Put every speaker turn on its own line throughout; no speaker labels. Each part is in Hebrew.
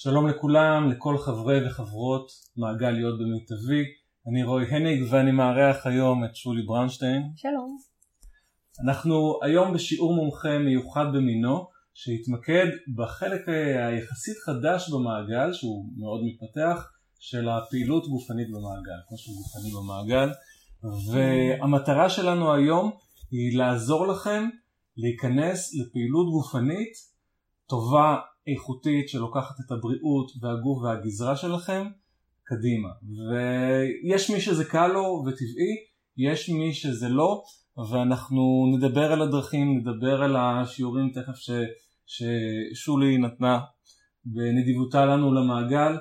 שלום לכולם, לכל חברי וחברות מעגל להיות במיטבי. אני רועי הניג ואני מארח היום את שולי ברנשטיין.
שלום.
אנחנו היום בשיעור מומחה מיוחד במינו, שהתמקד בחלק היחסית חדש במעגל, שהוא מאוד מתפתח, של הפעילות גופנית במעגל, כושר גופני במעגל. והמטרה שלנו היום היא לעזור לכם להיכנס לפעילות גופנית טובה, איכותית, שלוקחת את הבריאות והגוף והגזרה שלכם קדימה. ויש מי שזה קל לו וטבעי, יש מי שזה לא, ואנחנו נדבר על הדרכים, נדבר על השיעורים תכף ששולי נתנה בנדיבותה לנו למעגל,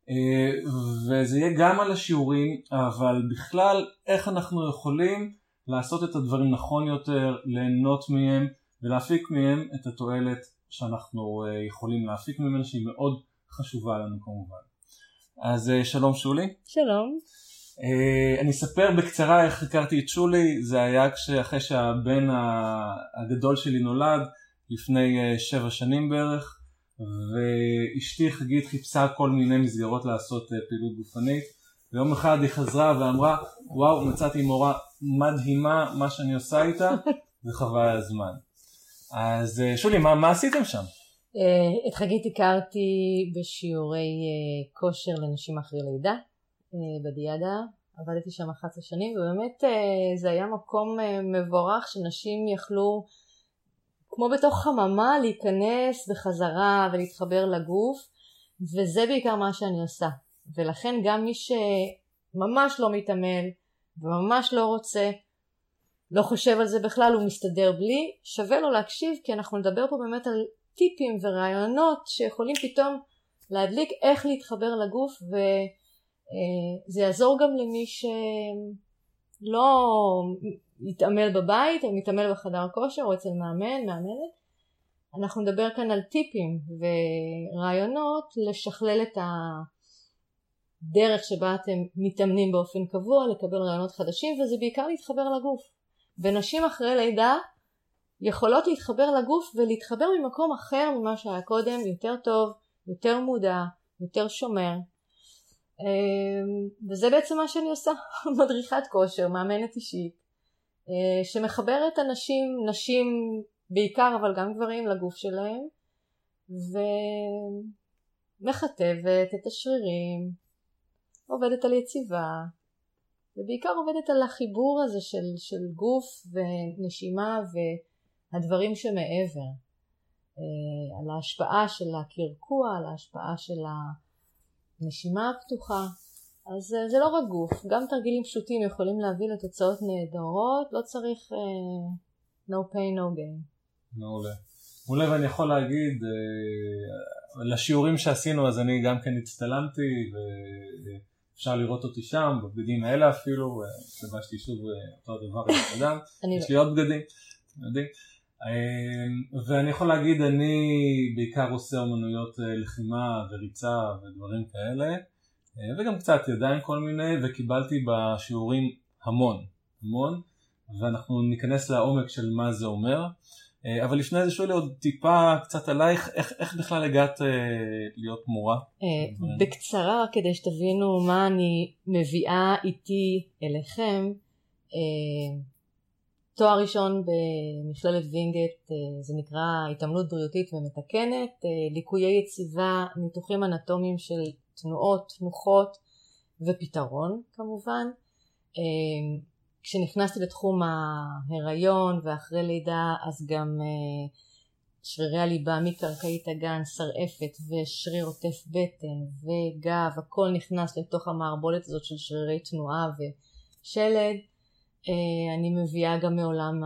וזה יהיה גם על השיעורים, אבל בכלל איך אנחנו יכולים לעשות את הדברים נכון יותר, ליהנות מהם ולהפיק מהם את התועלת שאנחנו יכולים להפיק ממנה, שהיא מאוד חשובה לנו כמובן. אז שלום שולי.
שלום.
אני אספר בקצרה איך הכרתי את שולי. זה היה אחרי שהבן הגדול שלי נולד, לפני 7 שנים בערך, ואשתי חגית חיפשה כל מיני מסגרות לעשות פעילות גופנית, ויום אחד היא חזרה ואמרה, וואו, מצאתי מורה מדהימה, מה שאני עושה איתה, וחבל הזמן. אז שולי, מה עשיתם שם?
את חגית הכרתי בשיעורי כושר לנשים אחרי לידה, בדיאדה, עבדתי שם 11 שנים, ובאמת זה היה מקום מבורך שנשים יכלו, כמו בתוך חממה, להיכנס בחזרה ולהתחבר לגוף, וזה בעיקר מה שאני עושה. ולכן גם מי שממש לא מתעמל וממש לא רוצה, לא חושב על זה בכלל, הוא מסתדר בלי, שווה לו להקשיב, כי אנחנו נדבר פה באמת על טיפים ורעיונות שיכולים פתאום להדליק איך להתחבר לגוף, וזה יעזור גם למי שלא יתעמל בבית או מתעמל בחדר כושר או אצל מאמנת. אנחנו נדבר כאן על טיפים ורעיונות לשכלל את הדרך שבה אתם מתאמנים באופן קבוע, לקבל רעיונות חדשים, וזה בעיקר להתחבר לגוף. ונשים אחרי לידה יכולות להתחבר לגוף ולהתחבר ממקום אחר ממה שהיה קודם, יותר טוב, יותר מודע, יותר שומר. וזה בעצם מה שאני עושה, מדריכת כושר, מאמנת אישית, שמחברת נשים בעיקר אבל גם גברים לגוף שלהם, ומכתבת את השרירים, עובדת על יציבה, ובעיקר עובדת על החיבור הזה של גוף ונשימה והדברים שמעבר, על ההשפעה של הקרקוע, על ההשפעה של הנשימה הפתוחה. אז זה לא רק גוף, גם תרגילים פשוטים יכולים להביא לתוצאות נהדרות, לא צריך no pain no gain.
מעולה, ואני יכול להגיד, לשיעורים שעשינו אז אני גם כן הצטלמתי, אפשר לראות אותי שם, בבגדים האלה אפילו, לבשתי שוב אותו דבר עם אדם, יש לי עוד בגדים, יודעים. ואני יכול להגיד, אני בעיקר עושה אומנויות לחימה וריצה ודברים כאלה, וגם קצת ידיים כל מיני, וקיבלתי בשיעורים המון, ואנחנו ניכנס לעומק של מה זה אומר. אבל לפני זה שואלי עוד טיפה קצת עלייך, איך בכלל הגעת להיות מורה?
בקצרה, כדי שתבינו מה אני מביאה איתי אליכם, תואר ראשון במכללת וינגייט, זה נקרא התעמלות בריאותית ומתקנת, ליקויי יציבה, ניתוחים אנטומיים של תנועות, תנוחות ופתרון כמובן. כשנכנסתי לתחום ההיריון ואחרי לידה, אז גם שרירי הליבה מקרקעית הגן, שרעפת ושריר עוטף בטן וגב, הכל נכנס לתוך המערבולת הזאת של שרירי תנועה ושלד. אני מביאה גם מעולם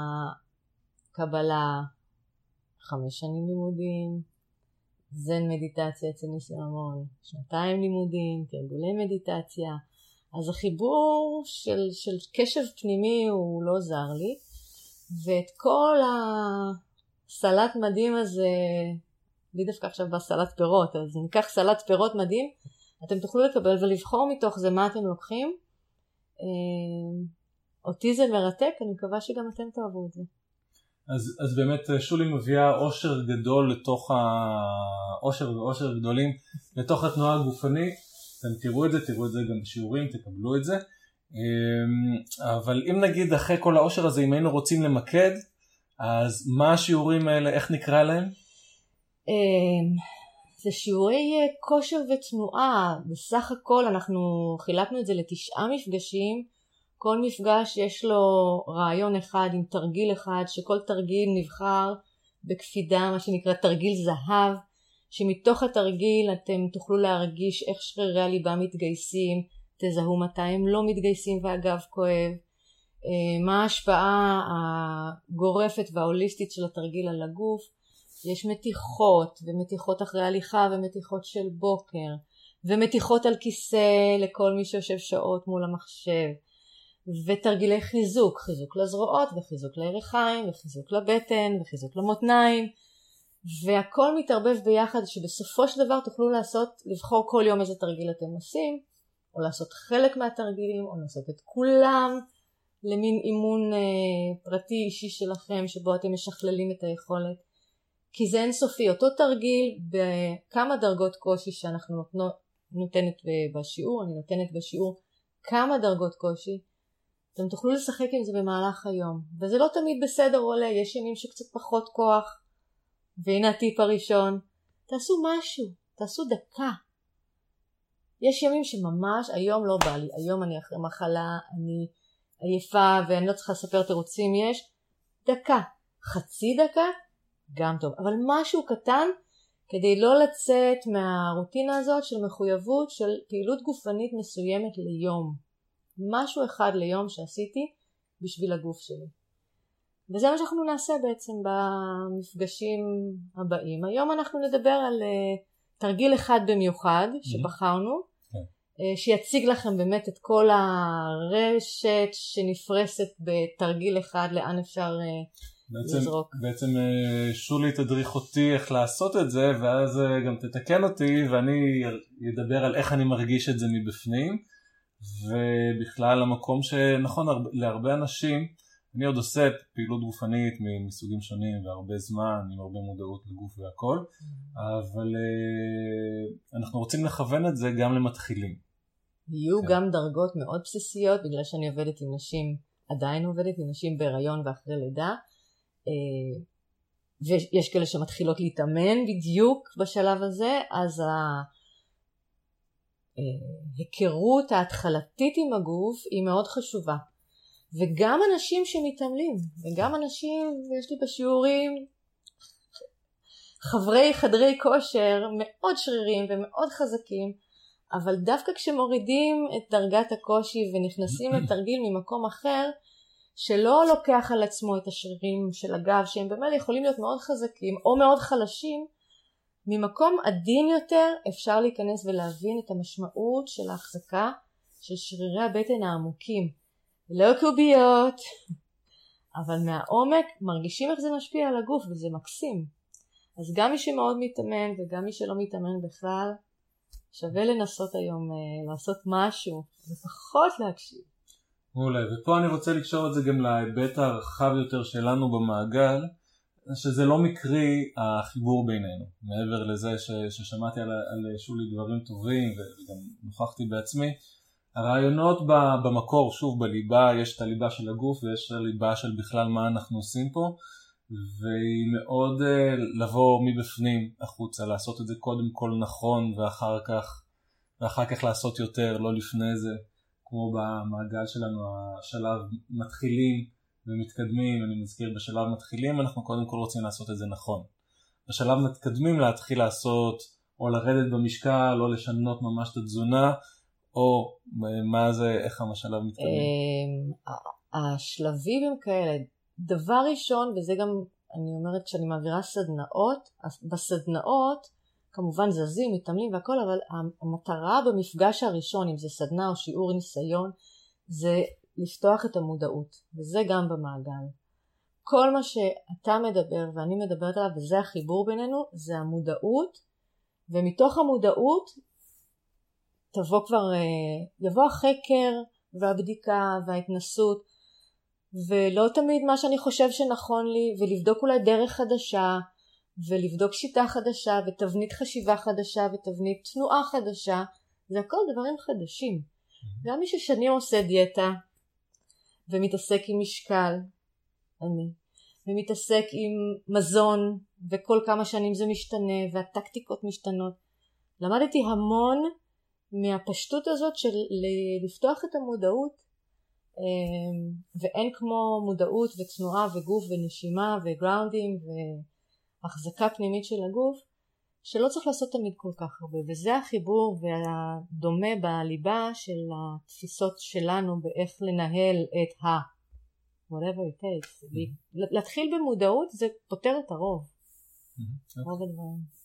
הקבלה 5 שנים לימודים, זן מדיטציה אצל ניסי ממון, 2 לימודים, תרגולי מדיטציה. אז החיבור של קשב פנימי הוא לא זר לי, ואת כל הסלט מדהים הזה, לי דווקא עכשיו בסלט פירות, אז ניקח סלט פירות מדהים, אתם תוכלו לקבל ולבחור מתוך זה מה אתם לוקחים. אותי זה מרתק, אני מקווה שגם אתם תאהבו את זה.
אז באמת שולי מביאה אושר גדול לתוך אושר גדולים לתוך התנועה הגופנית. אתם תראו את זה גם בשיעורים, תקבלו את זה. אבל אם נגיד אחרי כל האושר הזה, אם היינו רוצים למקד, אז מה השיעורים האלה, איך נקרא להם?
זה שיעורי כושר ותנועה. בסך הכל אנחנו חילקנו את זה ל9 מפגשים. כל מפגש יש לו רעיון אחד עם תרגיל אחד, שכל תרגיל נבחר בקפידה, מה שנקרא תרגיל זהב, שמתוך התרגיל אתם תוכלו להרגיש איך שרירי הליבה מתגייסים, תזהו מתי הם לא מתגייסים והגב כואב, מה ההשפעה הגורפת וההוליסטית של התרגיל על הגוף. יש מתיחות ומתיחות אחרי הליכה ומתיחות של בוקר ומתיחות על כיסא לכל מי שיושב שעות מול המחשב, ותרגילי חיזוק לזרועות וחיזוק לירכיים וחיזוק לבטן וחיזוק למותניים, והכל מתערבב ביחד, שבסופו של דבר תוכלו לבחור כל יום איזה תרגיל אתם עושים, או לעשות חלק מהתרגילים, או לעשות את כולם למין אימון פרטי אישי שלכם, שבו אתם משכללים את היכולת, כי זה אינסופי. אותו תרגיל בכמה דרגות קושי שאנחנו נותנת בשיעור, אני נותנת בשיעור כמה דרגות קושי, אתם תוכלו לשחק עם זה במהלך היום, וזה לא תמיד בסדר עולה, יש ימים שקצת פחות כוח, והנה הטיפ הראשון, תעשו משהו, תעשו דקה. יש ימים שממש היום לא בא לי, היום אני אחרי מחלה, אני עייפה ואני לא צריכה לספר תירוצים, יש דקה, חצי דקה, גם טוב, אבל משהו קטן כדי לא לצאת מהרוטינה הזאת של מחויבות של פעילות גופנית מסוימת ליום. משהו אחד ליום שעשיתי בשביל הגוף שלי. וזה מה שאנחנו נעשה בעצם במפגשים הבאים. היום אנחנו נדבר על תרגיל אחד במיוחד שבחרנו, שיציג לכם באמת את כל הרשת שנפרסת בתרגיל אחד, לאן אפשר לזרוק.
בעצם שולי תדריך אותי איך לעשות את זה, ואז גם תתקן אותי, ואני אדבר על איך אני מרגיש את זה מבפנים. ובכלל המקום שנכון להרבה אנשים, אני עוד עושה פעילות גופנית מסוגים שונים והרבה זמן, עם הרבה מודעות לגוף והכל, אבל אנחנו רוצים לכוון את זה גם למתחילים.
יהיו גם דרגות מאוד בסיסיות, בגלל שאני עובדת עם נשים, עדיין עובדת עם נשים בהיריון ואחרי לידה, ויש כאלה שמתחילות להתאמן בדיוק בשלב הזה, אז ההיכרות ההתחלתית עם הגוף היא מאוד חשובה. וגם אנשים שמתעמלים, וגם אנשים, יש לי בשיעורים חברי חדרי כושר מאוד שרירים ומאוד חזקים, אבל דווקא כשמורידים את דרגת הקושי ונכנסים לתרגיל ממקום אחר, שלא לוקח על עצמו את השרירים של הגב, שהם באמת יכולים להיות מאוד חזקים או מאוד חלשים, ממקום עדין יותר אפשר להיכנס ולהבין את המשמעות של ההחזקה של שרירי הבטן העמוקים. לא קוביות, אבל מהעומק מרגישים איך זה משפיע על הגוף, וזה מקסים. אז גם מי שמאוד מתאמן וגם מי שלא מתאמן בכלל, שווה לנסות היום לעשות משהו, לפחות להקשיב.
מעולה, ופה אני רוצה לקשור את זה גם להיבט הרחב יותר שלנו במעגל, שזה לא מקרי החיבור בינינו. מעבר לזה ששמעתי על שולי דברים טובים וגם נוכחתי בעצמי, הרעיונות במקור, שוב בליבה, יש את הליבה של הגוף ויש את הליבה של בכלל מה אנחנו עושים פה, והיא מאוד לבוא מבפנים החוצה, לעשות את זה קודם כל נכון ואחר כך לעשות יותר, לא לפני זה, כמו במעגל שלנו, השלב מתחילים ומתקדמים. אני מזכיר, בשלב מתחילים אנחנו קודם כל רוצים לעשות את זה נכון. בשלב מתקדמים להתחיל לעשות או לרדת במשקל או לשנות ממש את התזונה, או מה זה, איך המשלב מתקדם?
השלבים הם כאלה. דבר ראשון, וזה גם אני אומרת כשאני מעבירה סדנאות, בסדנאות כמובן זזים, מתאמנים והכל, אבל המטרה במפגש הראשון, אם זה סדנה או שיעור ניסיון, זה לפתוח את המודעות, וזה גם במעגל. כל מה שאתה מדבר ואני מדברת עליו, וזה החיבור בינינו, זה המודעות, ומתוך המודעות יבוא החקר והבדיקה וההתנסות, ולא תמיד מה שאני חושב שנכון לי, ולבדוק אולי דרך חדשה, ולבדוק שיטה חדשה, ותבנית חשיבה חדשה, ותבנית תנועה חדשה. זה הכל דברים חדשים. גם מי ששנים עושה דיאטה, ומתעסק עם משקל, ומתעסק עם מזון, וכל כמה שנים זה משתנה, והטקטיקות משתנות. למדתי המון מהפשטות הזאת של לפתוח את המודעות, ואין כמו מודעות ותנועה וגוף ונשימה וגראונדינג והחזקה פנימית של הגוף, שלא צריך לעשות תמיד כל כך הרבה, וזה החיבור והדומה בליבה של התפיסות שלנו באיך לנהל את whatever it takes. להתחיל במודעות זה פותר את הרוב. רוב הדברים.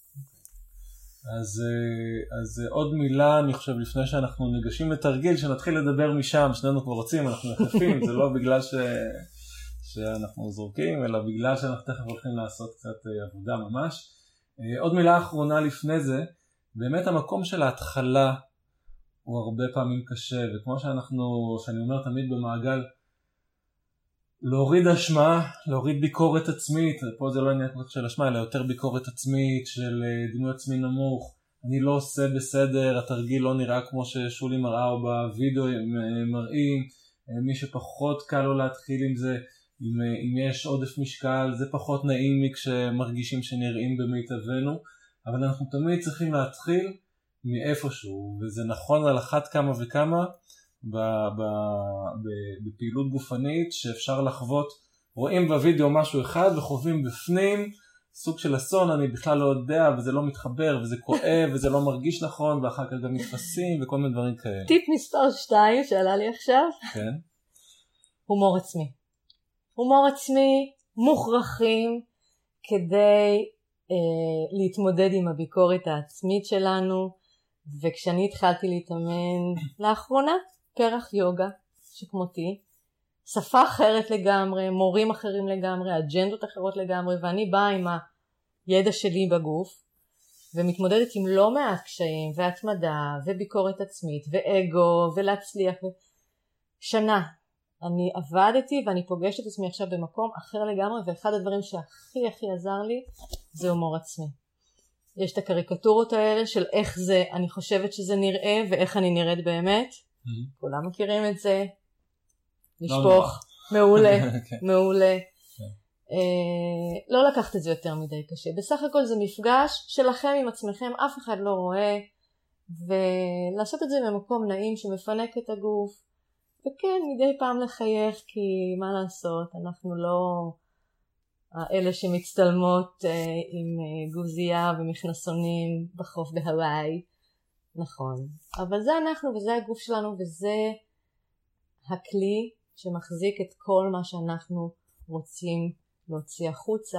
אז עוד מילה, אני חושב, לפני שאנחנו ניגשים לתרגיל, שנתחיל לדבר משם, שנינו כבר רוצים, אנחנו מחפים, זה לא בגלל שאנחנו זורקים, אלא בגלל שאנחנו תכף הולכים לעשות קצת עבודה ממש. עוד מילה אחרונה לפני זה, באמת המקום של ההתחלה הוא הרבה פעמים קשה, וכמו שאני אומר תמיד במעגל, להוריד אשמה, להוריד ביקורת עצמית, פה זה לא עניין כל כך של אשמה, אלא יותר ביקורת עצמית של דימוי עצמי נמוך, אני לא עושה בסדר, התרגיל לא נראה כמו ששולי מראה או בווידאו מראים, מי שפחות קל לו להתחיל עם זה, אם יש עודף משקל, זה פחות נעים לי כשמרגישים שנראים במיטבנו, אבל אנחנו תמיד צריכים להתחיל מאיפשהו, וזה נכון על אחת כמה וכמה, בפעילות גופנית שאפשר לחוות, רואים בווידאו משהו אחד וחווים בפנים סוג של אסון, אני בכלל לא יודע וזה לא מתחבר וזה כואב וזה לא מרגיש נכון, ואחר כך גם מתפסים וכל מיני דברים כאלה.
טיפ מספר 2 שעלה לי עכשיו,
כן.
הומור עצמי. הומור עצמי מוכרחים כדי להתמודד עם הביקורת העצמית שלנו, וכשאני התחלתי להתאמן לאחרונה, פרח יוגה שכמותי, שפה אחרת לגמרי, מורים אחרים לגמרי, אג'נדות אחרות לגמרי, ואני באה עם הידע שלי בגוף, ומתמודדת עם לא מעט קשיים, והתמדה, וביקורת עצמית, ואגו, ולהצליח. שנה אני עבדתי, ואני פוגשת את עצמי עכשיו במקום אחר לגמרי, ואחד הדברים שהכי הכי עזר לי, זה הומור עצמי. יש את הקריקטורות האלה של איך זה, אני חושבת שזה נראה, ואיך אני נראית באמת. כולם מכירים את זה. לשפוך. מעולה, מעולה. לא לקחת את זה יותר מדי קשה. בסך הכל זה מפגש שלכם עם עצמכם, אף אחד לא רואה, ולעשות את זה במקום נעים שמפנק את הגוף. וכן, מדי פעם לחייך, כי מה לעשות, אנחנו לא אלה שמצטלמות עם גוזייה ומכנסונים בחוף בהוואי. נכון. אבל זה אנחנו וזה הגוף שלנו וזה הכלי שמחזיק את כל מה שאנחנו רוצים להוציא החוצה.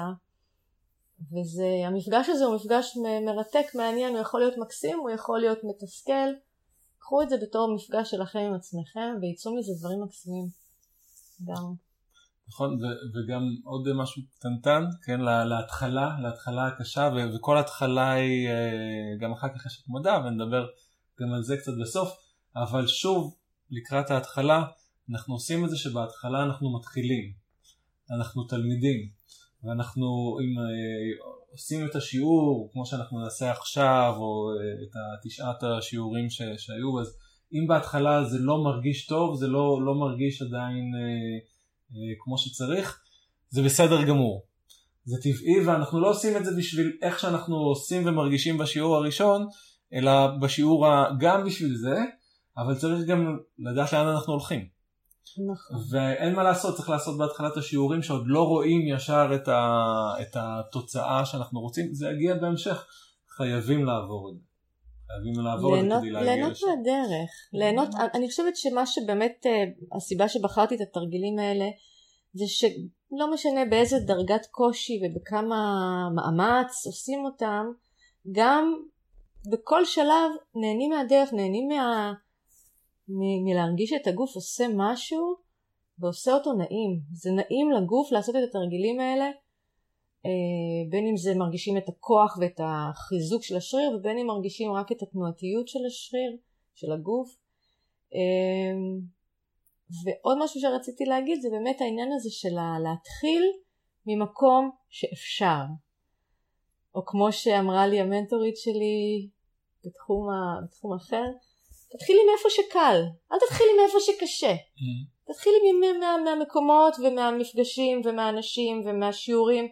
המפגש הזה הוא מפגש מרתק, מעניין, הוא יכול להיות מקסים, הוא יכול להיות מתסכל. קחו את זה בתור מפגש שלכם עם עצמכם וייצאו מזה דברים מקסימים. גם.
נכון, וגם עוד משהו קטנטן, כן, להתחלה הקשה, וכל התחלה היא, גם אחר כך יש התמדה, ונדבר גם על זה קצת בסוף, אבל שוב, לקראת ההתחלה, אנחנו עושים את זה שבהתחלה אנחנו מתחילים, אנחנו תלמידים, ואנחנו עושים את השיעור, כמו שאנחנו נעשה עכשיו, או את 9 השיעורים שהיו, אז אם בהתחלה זה לא מרגיש טוב, זה לא מרגיש עדיין כמו שצריך, זה בסדר גמור. זה טבעי, ואנחנו לא עושים את זה בשביל איך שאנחנו עושים ומרגישים בשיעור הראשון, אלא בשיעור גם בשביל זה, אבל צריך גם לדעת לאן אנחנו הולכים.
נכון.
ואין מה לעשות, צריך לעשות בהתחלת השיעורים שעוד לא רואים ישר את התוצאה שאנחנו רוצים, זה יגיע בהמשך, חייבים לעבור את זה. חייבים לעבור את זה כדי להגיע
ליהנות
לשם.
מהדרך, ליהנות, אני חושבת שמה שבאמת, הסיבה שבחרתי את התרגילים האלה, זה שלא משנה באיזה דרגת קושי ובכמה מאמץ עושים אותם, גם בכל שלב נהנים מהדרך, נהנים מלהרגיש את הגוף עושה משהו ועושה אותו נעים. זה נעים לגוף לעשות את התרגילים האלה, בין אם זה מרגישים את הכוח ואת החיזוק של השריר, ובין אם מרגישים רק את התנועתיות של השריר, של הגוף. ועוד משהו שרציתי להגיד זה באמת העניין הזה של להתחיל ממקום שאפשר. או כמו שאמרה לי המנטורית שלי בתחום אחר, תתחילי מאיפה שקל, אל תתחילי מאיפה שקשה. תתחילי מהמקומות ומהמפגשים ומהאנשים ומהשיעורים,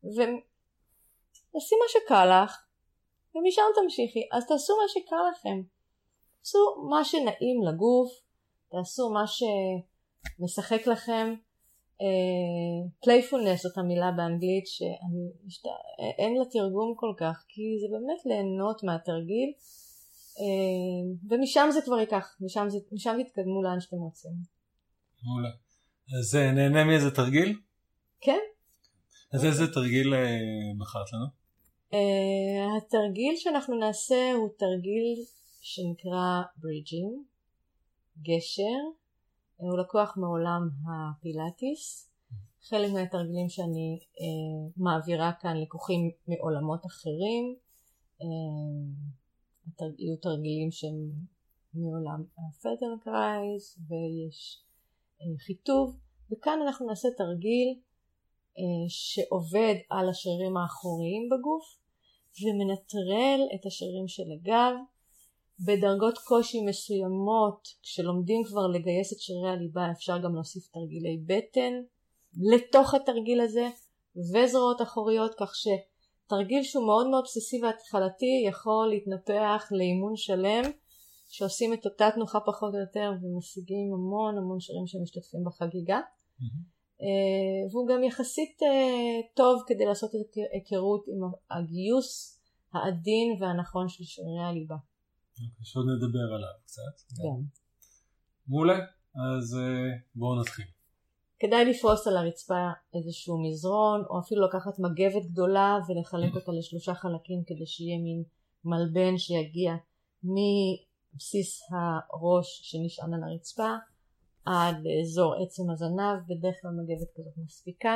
ותעשי מה שקל לך, ומשם תמשיכי. אז תעשו מה שקל לכם. תעשו מה שנעים לגוף, תעשו מה שמשחק לכם. playfulness זאת המילה באנגלית שאין לה תרגום כל כך, כי זה באמת ליהנות מהתרגיל, ומשם זה כבר ייקח, משם תתקדמו לאן שאתם רוצים.
מעולה. אז נהנה מאיזה תרגיל?
כן.
אז איזה תרגיל בחרת לנו?
התרגיל שאנחנו נעשה הוא תרגיל שנקרא bridging, גשר. הוא לקוח מעולם הפילאטיס. חלק מהתרגילים שאני מעבירה כאן לקוחים מעולמות אחרים. יהיו תרגילים שהם מעולם הפלטנקרייז ויש חיטוב. וכאן אנחנו נעשה תרגיל שעובד על השרירים האחוריים בגוף ומנטרל את השרירים של הגב. בדרגות קושי מסוימות, כשלומדים כבר לגייס את שרירי הליבה, אפשר גם להוסיף תרגילי בטן לתוך התרגיל הזה, וזרועות אחוריות, כך שתרגיל שהוא מאוד מאוד בסיסי והתחלתי יכול להתנפח לאימון שלם, שעושים את אותה תנוחה פחות או יותר, ומשיגים המון שרירים שמשתתפים בחגיגה. והוא גם יחסית טוב כדי לעשות את היכרות עם הגיוס העדין והנכון של שרירי הליבה.
שעוד נדבר עליו קצת.
כן.
מעולה, אז בואו נתחיל.
כדאי לפרוס על הרצפה איזשהו מזרון, או אפילו לקחת מגבת גדולה ולחלק אותה לשלושה חלקים, כדי שיהיה מין מלבן שיגיע מבסיס הראש שנשען על הרצפה, עד לאזור עצם הזנב. בדרך כלל מגבת כזאת מספיקה.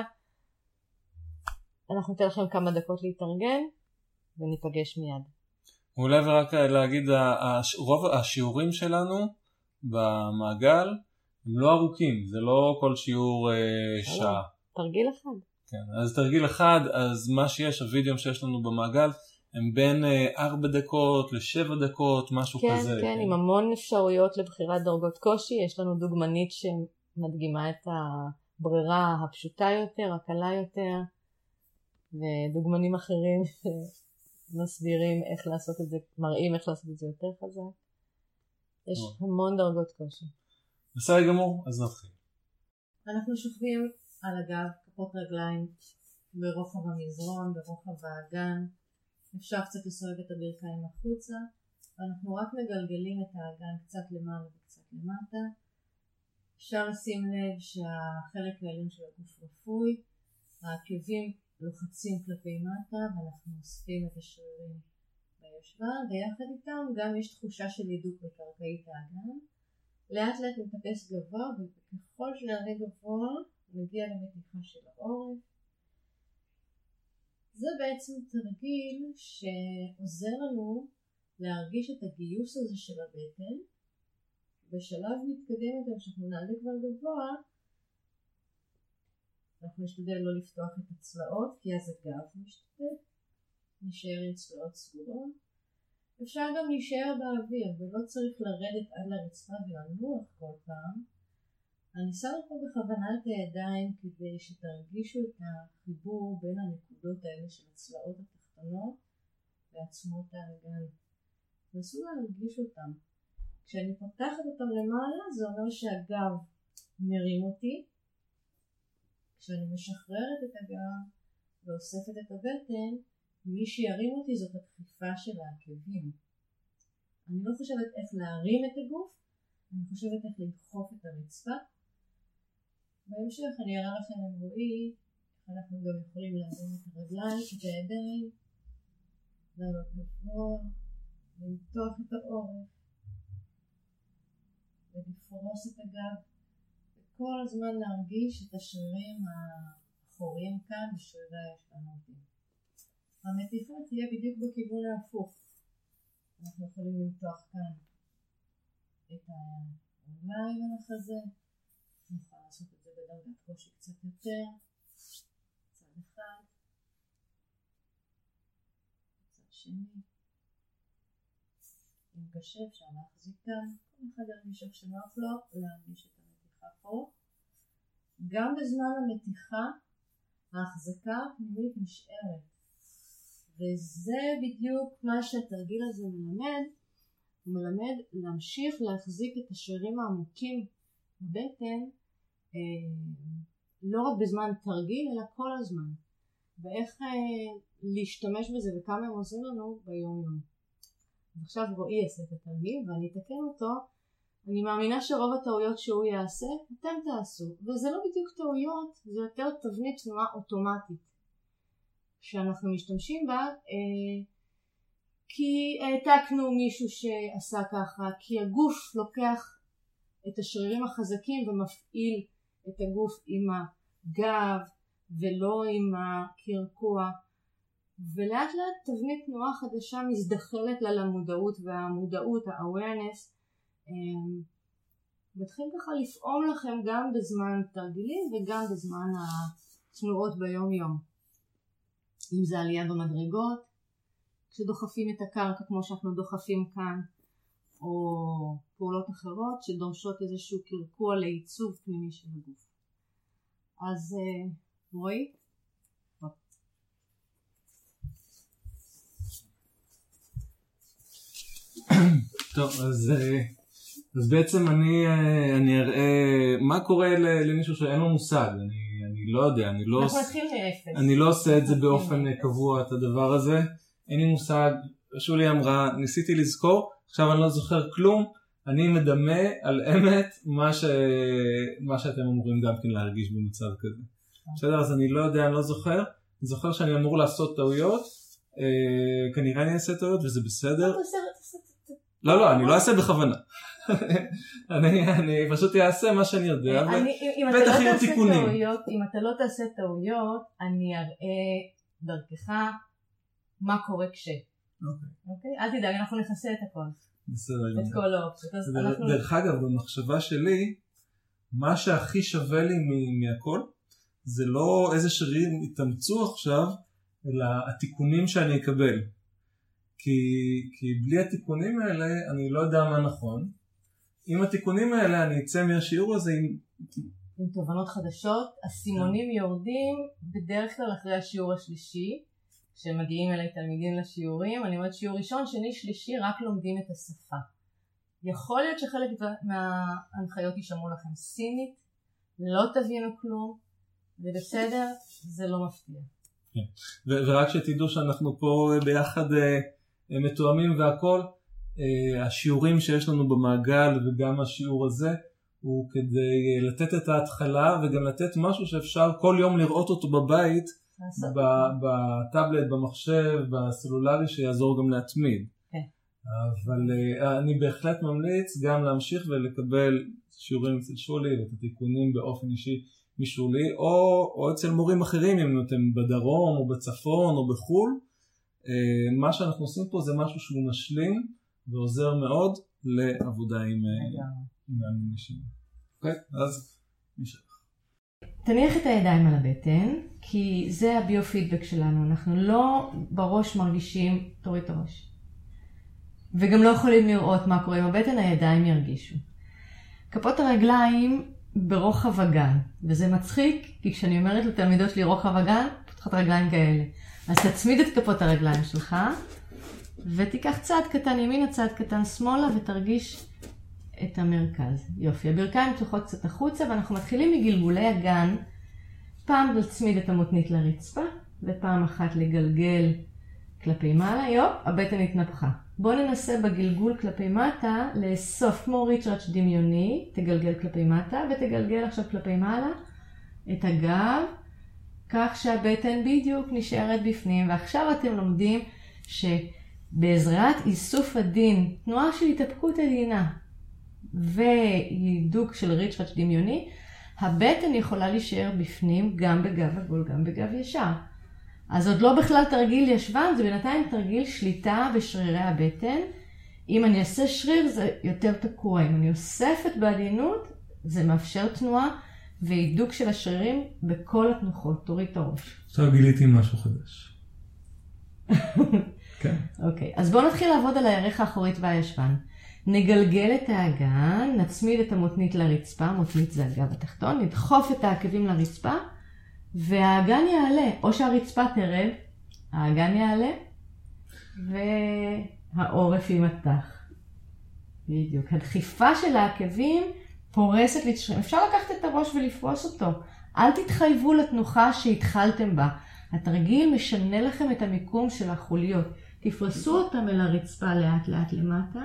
אנחנו ניתן לכם כמה דקות להתארגן, וניפגש מיד.
אולי ורק להגיד, רוב השיעורים שלנו במעגל הם לא ארוכים, זה לא כל שיעור שעה.
תרגיל אחד.
כן, אז תרגיל אחד, אז מה שיש, הווידאו שיש לנו במעגל, הם בין 4 דקות ל7 דקות, משהו כזה.
כן, עם המון אפשרויות לבחירת דרגות קושי. יש לנו דוגמנית שמדגימה את הברירה הפשוטה יותר, הקלה יותר, ודוגמנים אחרים מסבירים איך לעשות את זה, מראים איך לעשות את זה יותר חזק. יש המון דרגות קושי.
בסדר גמור, אז נתחיל.
אנחנו שוכבים על הגב, כפות רגליים, ברוחב המזרון, ברוחב האגן. אפשר קצת לסובב את הברכיים החוצה, ואנחנו רק מגלגלים את האגן קצת למעלה וקצת למטה. אפשר לשים לב שהחלק העליון של הגוף רפוי, העקבים לוחצים כלפי מטה, ואנחנו אוספים את השרירים בישבן, ויחד איתם גם יש תחושה של הידוק בקרקעית האגן. לאט לאט נטפס גבוה, וככל שנעלה גבוה נגיע למתיחה של העורף. זה בעצם תרגיל שעוזר לנו להרגיש את הגיוס הזה של הבטן. בשלב מתקדם יותר, כשאנחנו נעלה כבר גבוה, אנחנו נשתדל לא לפתוח את הצלעות, כי אז הגב משתתף. נשאר עם צלעות סגורות. אפשר גם להישאר באוויר, ולא צריך לרדת עד לרצפה ולנוח כל פעם. אני שמה פה בכוונה את הידיים כדי שתרגישו את החיבור בין הנקודות האלה של הצלעות התחתונות ועצמות האגן. נסו להרגיש אותם. כשאני פותחת אותם למעלה, זה אומר שהגב מרים אותי. כשאני משחררת את הגב ואוספת את הבטן, מי שירים אותי זאת הדחיפה של העקבים. אני לא חושבת איך להרים את הגוף, אני חושבת איך לדחוף את הרצפה. בהמשך אני אראה לכם אמרואי, אנחנו גם יכולים להרים את הרגליים, את הידיים, לעלות גבוה, למתוח את העורף, ולפרוס את הגב, וכל הזמן להרגיש את השרירים האחוריים כאן בשרירי הישבנותיים. המתיחה תהיה בדיוק בכיוון ההפוך. אנחנו יכולים למתוח כאן את הרגליים על החזה, נוכל לעשות את זה בדרגת קושי קצת יותר. צד אחד. צד שני. אם קשה אפשר להחזיק כאן. כל אחד ירגיש איך שנוח לו להרגיש את המתיחה פה. גם בזמן המתיחה ההחזקה הפנימית נשארת. וזה בדיוק מה שהתרגיל הזה מלמד. הוא מלמד להמשיך להחזיק את השרירים העמוקים בבטן, לא רק בזמן תרגיל אלא כל הזמן. ואיך להשתמש בזה וכמה הם עוזרים לנו ביום יום. עכשיו רועי יעשה את התרגיל ואני אתקן אותו. אני מאמינה שרוב הטעויות שהוא יעשה אתם תעשו, וזה לא בדיוק טעויות, זה יותר תבנית תנועה אוטומטית שאנחנו משתמשים בה כי העתקנו מישהו שעשה ככה, כי הגוף לוקח את השרירים החזקים ומפעיל את הגוף עם הגב ולא עם הקרקוע, ולאט לאט תבנית תנועה חדשה מזדחלת לה למודעות, והמודעות, ה-awareness, מתחיל ככה לפעום לכם גם בזמן תרגילים וגם בזמן התנועות ביום יום. אם זה עלייה במדרגות, כשדוחפים את הקרקע כמו שאנחנו דוחפים כאן, או פעולות אחרות שדורשות איזשהו קרקוע לעיצוב פנימי של הגוף. אז רועי?
טוב, אז בעצם אני אראה מה קורה למישהו שאין לו מושג. אני לא יודע, אני לא עושה את זה באופן קבוע, את הדבר הזה. אין לי מושג. שולי אמרה, ניסיתי לזכור, עכשיו אני לא זוכר כלום, אני מדמה על אמת מה שאתם אמורים גם כן להרגיש במצב כזה. בסדר, אז אני לא יודע, אני לא זוכר. אני זוכר שאני אמור לעשות טעויות, כנראה אני אעשה טעויות וזה בסדר. לא, אני לא אעשה בכוונה. אני פשוט אעשה מה שאני יודע, ובטח יהיו תיקונים.
אם אתה לא תעשה טעויות, אני אראה דרכך מה קורה כש. אוקיי? אל תדאג, אנחנו נכסה את הכל.
בסדר.
את כל האופציות.
דרך אגב, במחשבה שלי, מה שהכי שווה לי מהכל, זה לא איזה שרירים יתאמצו עכשיו, אלא התיקונים שאני אקבל. כי בלי התיקונים האלה אני לא יודע מה נכון. עם התיקונים האלה אני אצא מהשיעור הזה
עם תובנות חדשות. הסימונים יורדים בדרך כלל אחרי השיעור השלישי, כשמגיעים אליי תלמידים לשיעורים. אני אומרת שיעור ראשון, שני, שלישי, רק לומדים את השפה. יכול להיות שחלק מההנחיות יישמעו לכם סינית, לא תבינו כלום, זה בסדר, זה לא מפתיע.
ורק שתדעו שאנחנו פה ביחד מתואמים והכל, השיעורים שיש לנו במעגל וגם השיעור הזה הוא כדי לתת את ההתחלה וגם לתת משהו שאפשר כל יום לראות אותו בבית, בטאבלט, במחשב, בסלולרי, שיעזור גם להתמיד. אבל אני בהחלט ממליץ גם להמשיך ולקבל שיעורים אצל שולי ואת התיקונים באופן אישי משולי, או אצל מורים אחרים, אם אתם בדרום או בצפון או בחול. מה שאנחנו עושים פה זה משהו שהוא משלים ועוזר מאוד לעבודה עם מאמנים אישיים. אוקיי? אז נשאר.
תניח את הידיים על הבטן, כי זה הביופידבק שלנו. אנחנו לא בראש מרגישים, תוריד את הראש. וגם לא יכולים לראות מה קורה עם הבטן, הידיים ירגישו. כפות הרגליים ברוחב הגן, וזה מצחיק, כי כשאני אומרת לתלמידות שלי רוחב הגן, פותחות רגליים כאלה. אז תצמיד את כפות הרגליים שלך, ותיקח צעד קטן ימינה, צעד קטן שמאלה, ותרגיש את המרכז. יופי, הברכיים פתוחות קצת החוצה, ואנחנו מתחילים מגלגולי הגן, פעם להצמיד את המותנית לרצפה, ופעם אחת לגלגל כלפי מעלה. יופ, הבטן התנפחה. בואו ננסה בגלגול כלפי מטה, לאסוף כמו ריצ'ראץ' דמיוני, תגלגל כלפי מטה, ותגלגל עכשיו כלפי מעלה, את הגב, כך שהבטן בדיוק נשארת בפנים. ועכשיו אתם לומדים שבעזרת איסוף הדין, תנועה של התאפקות עדינה, והידוק של ריצ'ראץ' דמיוני, הבטן יכולה להישאר בפנים גם בגב עגול, גם בגב ישר. אז עוד לא בכלל תרגיל ישבן, זה בינתיים תרגיל שליטה בשרירי הבטן. אם אני אעשה שריר זה יותר תקוע, אם אני אוספת בעדינות זה מאפשר תנועה והידוק של השרירים בכל התנוחות. תוריד את הראש.
עכשיו גיליתי משהו חדש. כן.
אוקיי, אז בואו נתחיל לעבוד על הירך האחורית והישבן. נגלגל את האגן, נצמיד את המותנית לרצפה, מותנית זה הגב התחתון, נדחוף את העקבים לרצפה, והאגן יעלה, או שהרצפה תרד, האגן יעלה, והעורף יימתח. בדיוק. הדחיפה של העקבים פורסת לתשרים. אפשר לקחת את הראש ולפרוס אותו. אל תתחייבו לתנוחה שהתחלתם בה. התרגיל משנה לכם את המיקום של החוליות. תפרסו אותם אל הרצפה לאט לאט למטה.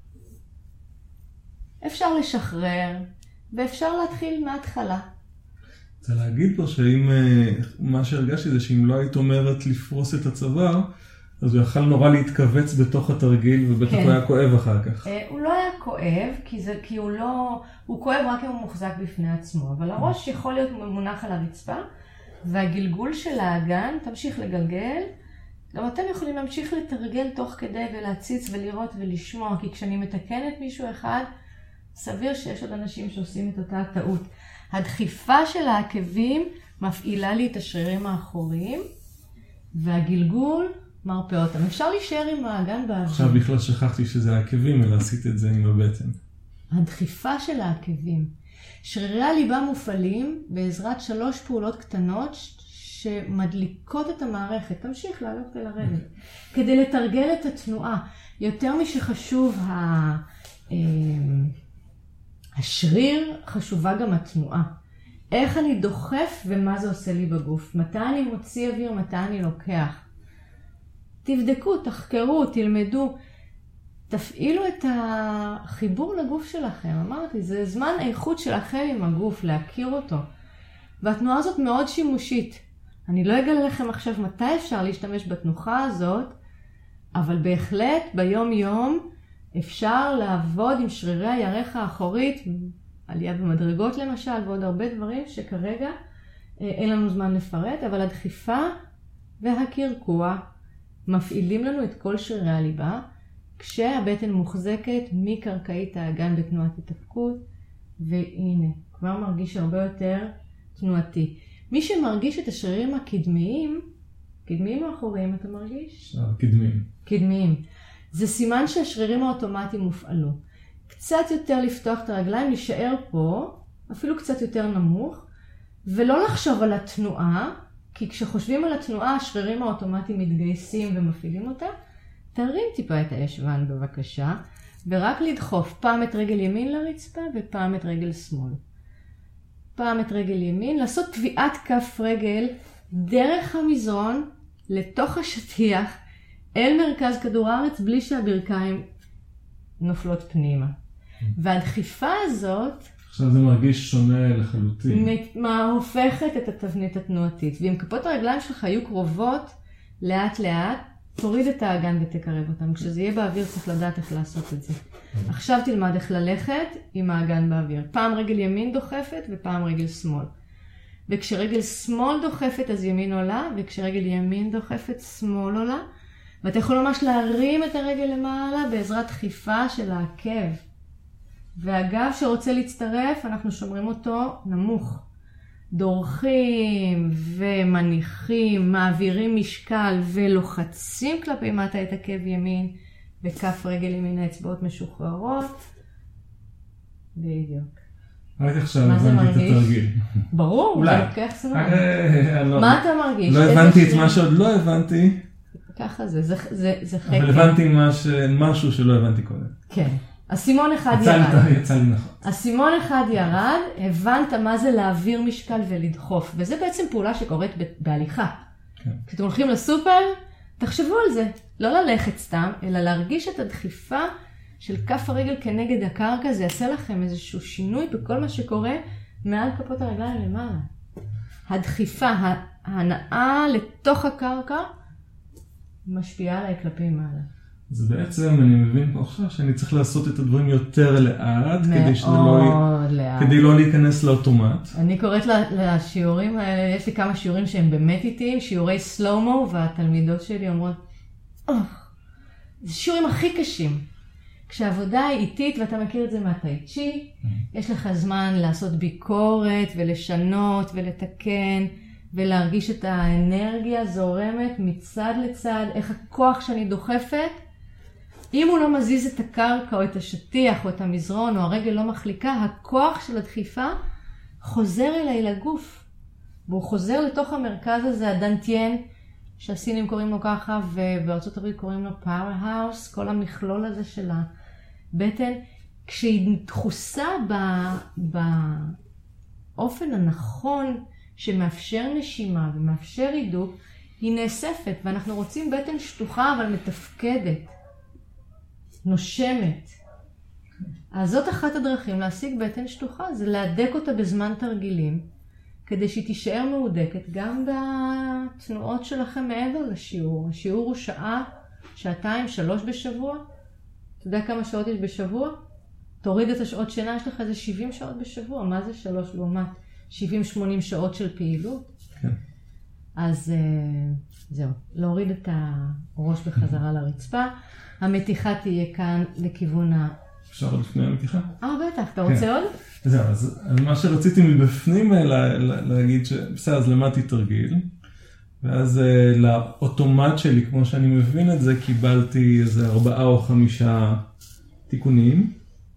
אפשר לשחרר, ואפשר להתחיל מההתחלה.
רוצה להגיד פה שאם, מה שהרגשתי זה שאם לא היית אומרת לפרוס את הצוואר, אז הוא יכל נורא להתכווץ בתוך התרגיל, ובטח הוא היה כואב אחר כך.
הוא לא היה כואב, כי הוא כואב רק אם הוא מוחזק בפני עצמו, אבל הראש יכול להיות מונח על הרצפה, והגלגול של האגן, תמשיך לגלגל, גם אתם יכולים להמשיך לתרגל תוך כדי ולהציץ ולראות ולשמוע, כי כשאני מתקנת מישהו אחד, סביר שיש עוד אנשים שעושים את אותה טעות. הדחיפה של העקבים מפעילה לי את השרירים האחוריים, והגלגול מרפא אותם. אפשר להישאר עם האגן באוויר.
עכשיו בכלל שכחתי שזה העקבים, אלא עשית את זה עם הבטן.
הדחיפה של העקבים. שרירי הליבה מופעלים בעזרת 3 פעולות קטנות שמדליקות את המערכת. תמשיך לעלות ולרדת. כדי לתרגל את התנועה. יותר משחשוב השריר, חשובה גם התנועה. איך אני דוחף ומה זה עושה לי בגוף. מתי אני מוציא אוויר, מתי אני לוקח. תבדקו, תחקרו, תלמדו. תפעילו את החיבור לגוף שלכם. אמרתי, זה זמן איכות שלכם עם הגוף, להכיר אותו. והתנועה הזאת מאוד שימושית. אני לא אגלה לכם עכשיו מתי אפשר להשתמש בתנוחה הזאת, אבל בהחלט ביום יום אפשר לעבוד עם שרירי הירך האחורית, עלייה במדרגות למשל, ועוד הרבה דברים שכרגע אין לנו זמן לפרט, אבל הדחיפה והקרקוע מפעילים לנו את כל שרירי הליבה, כשהבטן מוחזקת מקרקעית האגן בתנועת התאפקות, והנה, כבר מרגיש הרבה יותר תנועתי. מי שמרגיש את השרירים הקדמיים, קדמיים או אחוריים אתה מרגיש?
קדמיים.
קדמיים. זה סימן שהשרירים האוטומטיים מופעלו. קצת יותר לפתוח את הרגליים, להישאר פה, אפילו קצת יותר נמוך, ולא לחשוב על התנועה, כי כשחושבים על התנועה, השרירים האוטומטיים מתגייסים ומפעילים אותה. תרים טיפה את הישבן בבקשה, ורק לדחוף פעם את רגל ימין לרצפה ופעם את רגל שמאל. פעם את רגל ימין, לעשות תביעת כף רגל דרך המזרון לתוך השטיח אל מרכז כדור הארץ בלי שהברכיים נופלות פנימה. והדחיפה הזאת
עכשיו זה מרגיש שונה לחלוטין.
הופכת את התבנית התנועתית. ואם כפות הרגליים שלך היו קרובות, לאט לאט, תוריד את האגן ותקרב אותם. כשזה יהיה באוויר צריך לדעת איך לעשות את זה. עכשיו תלמד איך ללכת עם האגן באוויר. פעם רגל ימין דוחפת ופעם רגל שמאל. וכשרגל שמאל דוחפת אז ימין עולה, וכשרגל ימין דוחפת שמאל עולה. ואתה יכול ממש להרים את הרגל למעלה בעזרת דחיפה של העקב. והגב שרוצה להצטרף, אנחנו שומרים אותו נמוך. דורכים ומניחים, מעבירים משקל ולוחצים כלפי מטה את עקב ימין, וכף רגל ימין האצבעות משוחררות. בדיוק.
רק עכשיו הבנתי את התרגיל.
ברור, זה לוקח זמן. מה אתה מרגיש?
לא הבנתי את מה שעוד לא הבנתי.
ככה זה חקר.
אבל הבנתי משהו שלא הבנתי קודם.
כן. אסימון אחד ירד.
יצא לי נכון.
אסימון אחד ירד, הבנת מה זה להעביר משקל ולדחוף. וזה בעצם פעולה שקורית בהליכה.
כן.
כשאתם הולכים לסופר, תחשבו על זה. לא ללכת סתם, אלא להרגיש את הדחיפה של כף הרגל כנגד הקרקע. זה יעשה לכם איזשהו שינוי בכל מה שקורה מעל כפות הרגליים למעלה. הדחיפה, ההנאה לתוך הקרקע, משפיעה עליי כלפי מעלה.
אז בעצם אני מבין פה עכשיו שאני צריך לעשות את הדברים יותר לאט, כדי לא להיכנס לאוטומט.
אני קוראת לשיעורים האלה, יש לי כמה שיעורים שהם באמת איתי, שיעורי סלומו, והתלמידות שלי אומרות, זה שיעורים הכי קשים. כשעבודה היא איטית, ואתה מכיר את זה מהטאי צ'י, יש לך זמן לעשות ביקורת ולשנות ולתקן ולהרגיש את האנרגיה זורמת מצד לצד, איך הכוח שאני דוחפת, אם הוא לא מזיז את הקרקע או את השטיח או את המזרון או הרגל לא מחליקה, הכוח של הדחיפה חוזר אליי לגוף. והוא חוזר לתוך המרכז הזה, הדנטיין, שהסינים קוראים לו ככה, ובארצות הברית קוראים לו Powerhouse, כל המכלול הזה של הבטן, כשהיא דחוסה באופן הנכון שמאפשר נשימה ומאפשר הידוק, היא נאספת, ואנחנו רוצים בטן שטוחה אבל מתפקדת, נושמת. אז זאת אחת הדרכים להשיג בטן שטוחה, זה להדק אותה בזמן תרגילים, כדי שהיא תישאר מהודקת גם בתנועות שלכם מעבר לשיעור. השיעור הוא שעה, שעתיים, 3 בשבוע. אתה יודע כמה שעות יש בשבוע? תוריד את השעות שינה, יש לך איזה 70 שעות בשבוע. מה זה 3 לעומת 70-80 שעות של פעילות? כן. אז זהו, להוריד את הראש בחזרה לרצפה. המתיחה תהיה כאן לכיוון
אפשר לפני המתיחה?
בטח, אתה רוצה עוד?
זהו, אז מה שרציתי מבפנים להגיד שבסדר, אז למדתי תרגיל, ואז לאוטומט שלי, כמו שאני מבין את זה, קיבלתי איזה 4 או 5 תיקונים,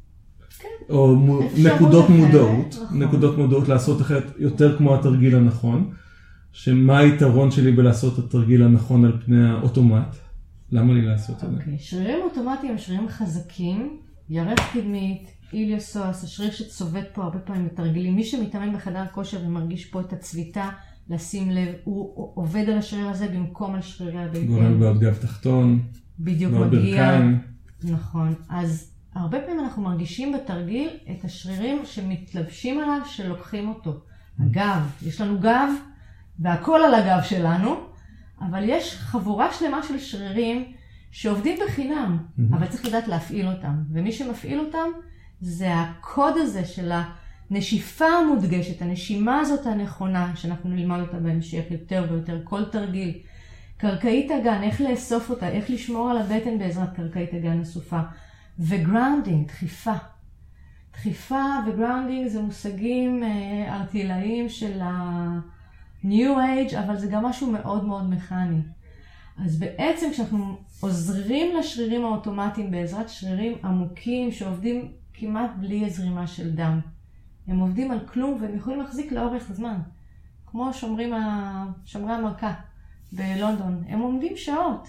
או נקודות מודעות, נקודות מודעות לעשות אחרת יותר כמו התרגיל הנכון, שמה היתרון שלי בלעשות את התרגיל הנכון על פני האוטומט? למה לי לעשות את זה?
שרירים אוטומטיים הם שרירים חזקים, ירך קדמית, איליוסוס, השריר שצובט פה הרבה פעמים בתרגילים. מי שמתאמן בחדר כושר ומרגיש פה את הצביטה, לשים לב, הוא עובד על השריר הזה במקום על שרירי הבטן.
גורם בגב תחתון,
בדיוק מגיע. נכון. אז הרבה פעמים אנחנו מרגישים בתרגיל את השרירים שמתלבשים עליו, שלוקחים אותו. הגב, יש לנו גב, והכל על הגב שלנו, אבל יש חבורה שלמה של שרירים שעובדים בחינם, אבל צריך לדעת להפעיל אותם. ומי שמפעיל אותם זה הקוד הזה של הנשיפה המודגשת, הנשימה הזאת הנכונה, שאנחנו נלמד אותה בהמשך יותר ויותר, כל תרגיל. קרקעית אגן, איך לאסוף אותה, איך לשמור על הבטן בעזרת קרקעית אגן אסופה. וגראונדינג, דחיפה. דחיפה וגראונדינג זה מושגים ארטילאיים של ה-New Age, אבל זה גם משהו מאוד מאוד מכני. אז בעצם כשאנחנו עוזרים לשרירים האוטומטיים בעזרת שרירים עמוקים שעובדים כמעט בלי זרימה של דם. הם עובדים על כלום והם יכולים להחזיק לאורך הזמן. כמו שומרי המלכה בלונדון. הם עומדים שעות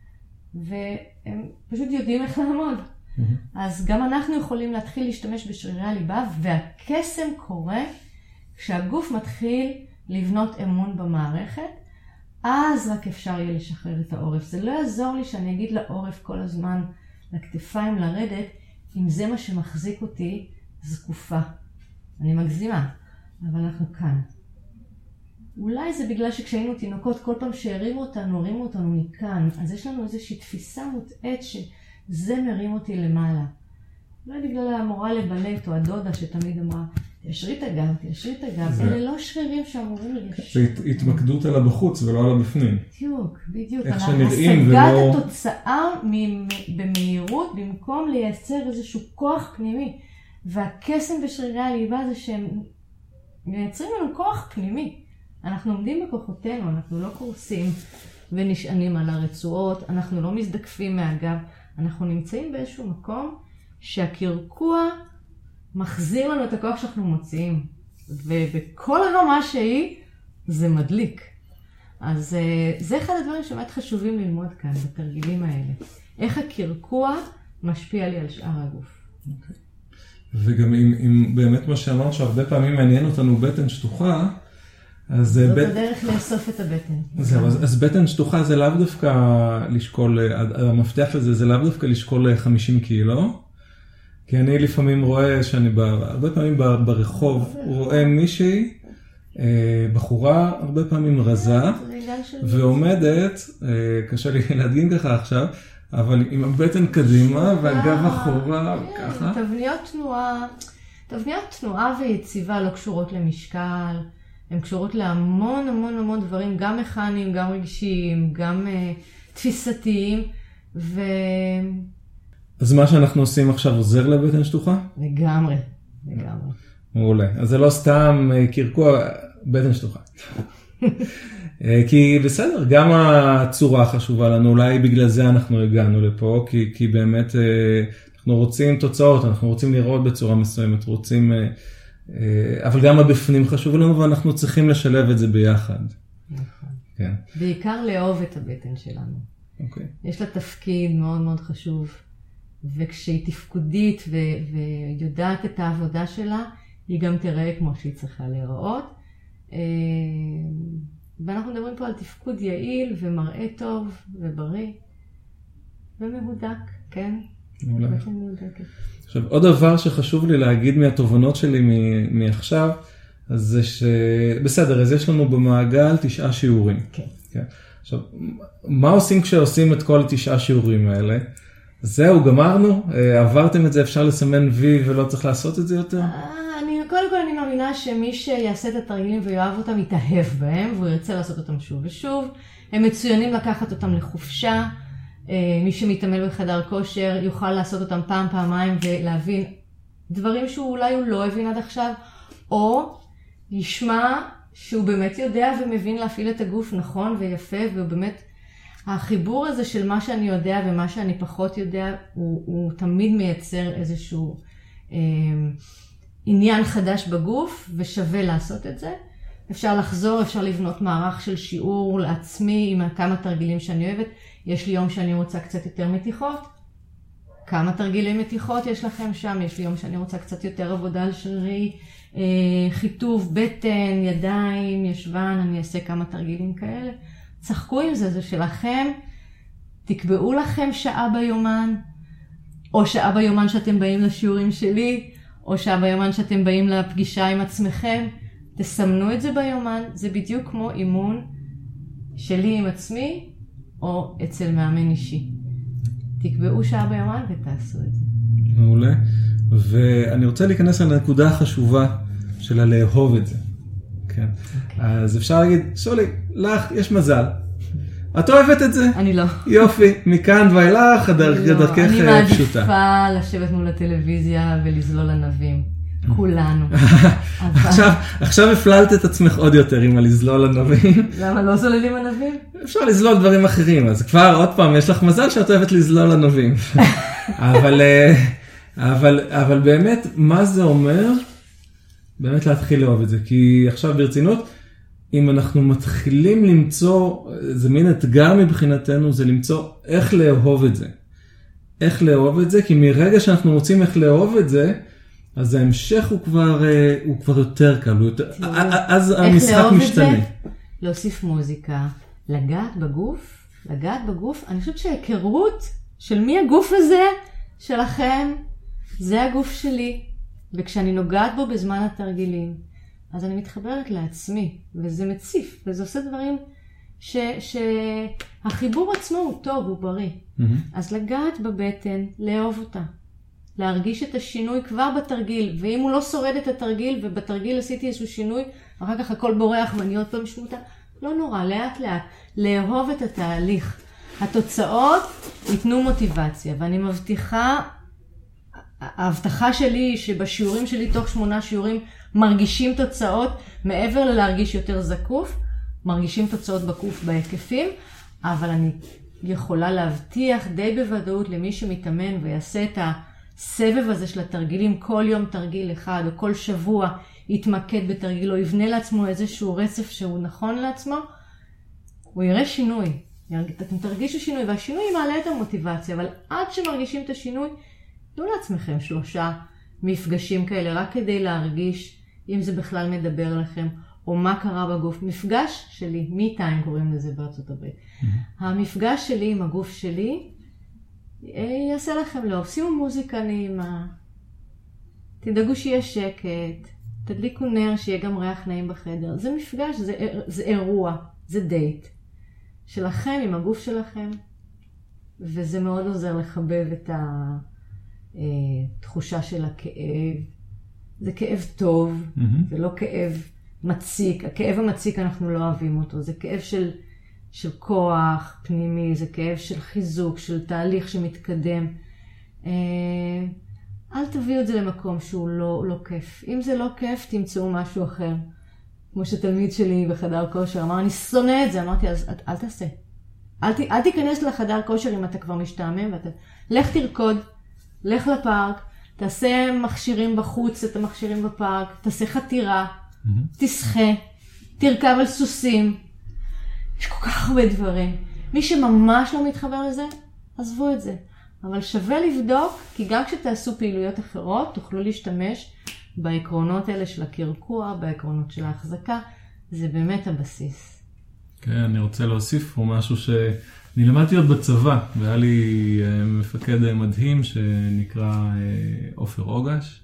והם פשוט יודעים איך לעמוד. אז גם אנחנו יכולים להתחיל להשתמש בשרירי הליבה, והקסם קורה כשהגוף מתחיל לבנות אמון במערכת, אז רק אפשר יהיה לשחרר את העורף. זה לא יעזור לי שאני אגיד לעורף כל הזמן, לכתפיים לרדת, אם זה מה שמחזיק אותי זקופה. אני מגזימה, אבל אנחנו כאן. אולי זה בגלל שכשהיינו תינוקות, כל פעם שהרימו אותנו מכאן, אז יש לנו איזושהי תפיסה מוטעת שזה מרים אותי למעלה. אולי בגלל המורה לבלט או הדודה שתמיד אמרה, תיישרי את הגב, אלה לא שרירים שאמורים
זה התמקדות על הבחוץ ולא על הבפנים.
בדיוק.
איך שנראים ולא...
השגת התוצאה במהירות במקום לייצר איזשהו כוח פנימי. והקסם בשרירי הליבה זה שהם מייצרים לנו כוח פנימי. אנחנו עומדים בכוחותינו, אנחנו לא קורסים ונשענים על הרצועות, אנחנו לא מזדקפים מהגב, אנחנו נמצאים באיזשהו מקום שהקרקוע מחזיר לנו את הכוח שאנחנו מוציאים. ובכל רמה שהיא, זה מדליק. אז זה אחד הדברים שבאמת חשובים ללמוד כאן, בתרגילים האלה. איך הקרקוע משפיע לי על שאר הגוף.
וגם אם באמת מה שאמרת שהרבה פעמים מעניין אותנו בטן שטוחה, אז
זאת הדרך לאסוף את הבטן.
זהו, אז בטן שטוחה זה לאו דווקא לשקול, המפתח לזה זה לאו דווקא לשקול 50 קילו, כי אני לפעמים רואה שאני הרבה פעמים ברחוב רואה מישהי, בחורה הרבה פעמים רזה, ועומדת, קשה לי להדגים ככה עכשיו, אבל עם הבטן קדימה והגב אחורה ככה.
תבניות תנועה ויציבה לא קשורות למשקל, הן קשורות להמון המון המון דברים, גם מכניים, גם רגשיים, גם תפיסתיים,
אז מה שאנחנו עושים עכשיו עוזר לבטן שטוחה?
לגמרי.
מעולה. אז זה לא סתם קרקוע, בטן שטוחה. כי בסדר, גם הצורה חשובה לנו, אולי בגלל זה אנחנו הגענו לפה, כי באמת אנחנו רוצים תוצאות, אנחנו רוצים לראות בצורה מסוימת, אבל גם הבפנים חשוב לנו, ואנחנו צריכים לשלב את זה ביחד.
נכון.
כן.
בעיקר לאהוב את הבטן שלנו.
אוקיי.
יש לה תפקיד מאוד מאוד חשוב, וכשהיא תפקודית ויודעת את העבודה שלה, היא גם תראה כמו שהיא צריכה להיראות. ואנחנו מדברים פה על תפקוד יעיל ומראה טוב ובריא ומהודק, כן?
מעולה. עכשיו, עוד דבר שחשוב לי להגיד מהתובנות שלי מעכשיו, אז זה בסדר, אז יש לנו במעגל 9 שיעורים.
כן.
כן. עכשיו, מה עושים כשעושים את כל 9 שיעורים האלה? זהו, גמרנו? עברתם את זה, אפשר לסמן וי ולא צריך לעשות את זה יותר?
קודם כל אני מאמינה שמי שיעשה את התרגילים ויואב אותם יתאהב בהם, והוא ירצה לעשות אותם שוב ושוב. הם מצוינים לקחת אותם לחופשה. מי שמתעמל בחדר כושר יוכל לעשות אותם פעם, פעמיים ולהבין דברים שאולי הוא לא הבין עד עכשיו, או ישמע שהוא באמת יודע ומבין להפעיל את הגוף נכון ויפה, והוא באמת, החיבור הזה של מה שאני יודע ומה שאני פחות יודע, הוא תמיד מייצר איזשהו עניין חדש בגוף, ושווה לעשות את זה. אפשר לחזור, אפשר לבנות מערך של שיעור לעצמי עם כמה תרגילים שאני אוהבת. יש לי יום שאני רוצה קצת יותר מתיחות. כמה תרגילי מתיחות יש לכם שם? יש לי יום שאני רוצה קצת יותר עבודה על שרירי, חיטוב, בטן, ידיים, ישבן, אני אעשה כמה תרגילים כאלה. צחקו עם זה, זה שלכם. תקבעו לכם שעה ביומן, או שעה ביומן שאתם באים לשיעורים שלי, או שעה ביומן שאתם באים לפגישה עם עצמכם. תסמנו את זה ביומן, זה בדיוק כמו אימון שלי עם עצמי, או אצל מאמן אישי. תקבעו שעה ביומן ותעשו את זה.
מעולה. ואני רוצה להיכנס לנקודה החשובה של לאהוב את זה. כן. אז אפשר להגיד, שולי, לך יש מזל. את אוהבת את זה?
אני לא.
יופי, מכאן ואילך, דרכך פשוטה.
אני מעדיפה לשבת מול הטלוויזיה ולזלול ענבים. כולנו.
עכשיו הפללת את עצמך עוד יותר עם הלזלול ענבים.
למה לא זוללים ענבים?
אפשר לזלול דברים אחרים, אז כבר עוד פעם יש לך מזל שאת אוהבת לזלול ענבים. אבל באמת, מה זה אומר? באמת להתחיל לאהוב את זה, כי עכשיו ברצינות, אם אנחנו מתחילים למצוא, זה מין אתגר מבחינתנו, זה למצוא איך לאהוב את זה. איך לאהוב את זה, כי מרגע שאנחנו מוצאים איך לאהוב את זה, אז ההמשך הוא כבר יותר קל, אז המשחק משתנה.
איך לאהוב את זה? להוסיף מוזיקה, לגעת בגוף, אני חושבת שההיכרות של מי הגוף הזה שלכם, זה הגוף שלי, וכשאני נוגעת בו בזמן התרגילים, אז אני מתחברת לעצמי, וזה מציף, וזה עושה דברים שהחיבור עצמו הוא טוב, הוא בריא. אז לגעת בבטן, לאהוב אותה. להרגיש את השינוי כבר בתרגיל, ואם הוא לא שורד את התרגיל, ובתרגיל עשיתי איזשהו שינוי, אחר כך הכל בורח ואני עוד פעם משמעותה, לא נורא, לאט לאט, לאהוב את התהליך. התוצאות ייתנו מוטיבציה, ואני מבטיחה, ההבטחה שלי שבשיעורים שלי תוך 8 שיעורים מרגישים תוצאות, מעבר ללהרגיש יותר זקוף, מרגישים תוצאות בגוף בהיקפים, אבל אני יכולה להבטיח די בוודאות למי שמתאמן ויעשה את הסבב הזה של התרגילים, כל יום תרגיל אחד או כל שבוע יתמקד בתרגיל או יבנה לעצמו איזשהו רצף שהוא נכון לעצמו, הוא יראה שינוי. אתם תרגישו שינוי, והשינוי מעלה את המוטיבציה, אבל עד שמרגישים את השינוי, תנו לעצמכם 3 מפגשים כאלה, רק כדי להרגיש אם זה בכלל מדבר לכם, או מה קרה בגוף. מפגש שלי, מי טיים קוראים לזה בארצות הברית. המפגש שלי עם הגוף שלי, יעשה לכם לאהוב. שימו מוזיקה נעימה, תדאגו שיהיה שקט, תדליקו נר שיהיה גם ריח נעים בחדר. זה מפגש, זה אירוע, זה דייט שלכם עם הגוף שלכם, וזה מאוד עוזר לחבב את התחושה של הכאב. זה כאב טוב, זה לא כאב מציק. הכאב המציק אנחנו לא אוהבים אותו, זה כאב של כוח פנימי, זה כאב של חיזוק, של תהליך שמתקדם. אל תביאו את זה למקום שהוא לא כיף. אם זה לא כיף, תמצאו משהו אחר. כמו שתלמיד שלי בחדר כושר אמר, אני שונא את זה. אמרתי, אז אל תעשה. אל תיכנס לחדר כושר אם אתה כבר משתעמם. לך תרקוד, לך לפארק, תעשה מכשירים בחוץ, את המכשירים בפארק, תעשה חתירה, תשחה, תרכב על סוסים. יש כל כך הרבה דברים. מי שממש לא מתחבר לזה, עזבו את זה. אבל שווה לבדוק, כי גם כשתעשו פעילויות אחרות, תוכלו להשתמש בעקרונות האלה של הקרקוע, בעקרונות של ההחזקה. זה באמת הבסיס.
כן, אני רוצה להוסיף פה משהו שאני למדתי עוד בצבא, והיה לי מפקד מדהים שנקרא עופר אוגש,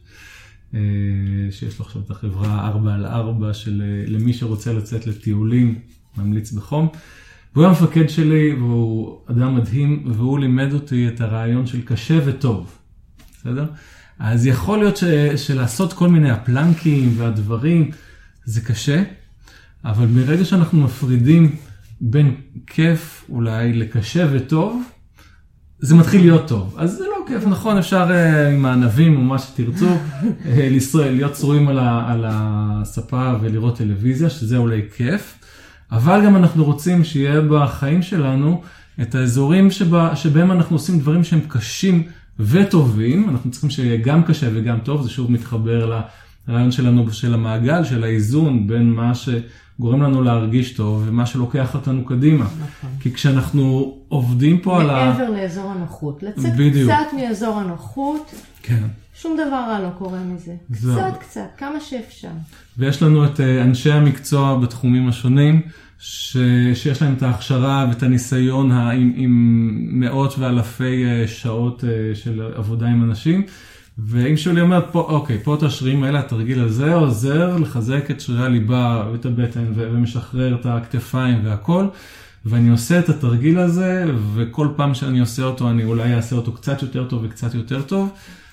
שיש לו עכשיו את החברה 4x4 למי שרוצה לצאת לטיולים, ממליץ בחום. והוא המפקד שלי, והוא אדם מדהים, והוא לימד אותי את הרעיון של קשה וטוב. בסדר? אז יכול להיות שלעשות כל מיני הפלנקים והדברים, זה קשה, אבל מרגע שאנחנו מפרידים בין כיף אולי לקשה וטוב, זה מתחיל להיות טוב. אז זה לא כיף, נכון, אפשר עם הענבים או מה שתרצו, להיות צרועים על הספה ולראות טלוויזיה, שזה אולי כיף. אבל גם אנחנו רוצים שיהיה בחיים שלנו את האזורים שבהם אנחנו עושים דברים שהם קשים וטובים. אנחנו צריכים שיהיה גם קשה וגם טוב. זה שוב מתחבר לרעיון שלנו של המעגל, של האיזון בין מה שגורם לנו להרגיש טוב ומה שלוקח אותנו קדימה. נכון. כי כשאנחנו עובדים פה על
מעבר לאזור הנוחות. לצאת קצת מאזור הנוחות.
כן.
שום דבר רע לא קורה מזה. קצת, כמה שאפשר.
ויש לנו את אנשי המקצוע בתחומים השונים, שיש להם את ההכשרה ואת הניסיון עם מאות ואלפי שעות של עבודה עם אנשים. ואם שולי אומרת, אוקיי, פה את השרירים האלה, התרגיל הזה עוזר לחזק את שרירי הליבה ואת הבטן ומשחרר את הכתפיים והכל. ואני עושה את התרגיל הזה, וכל פעם שאני עושה אותו, אני אולי אעשה אותו קצת יותר טוב וקצת יותר טוב.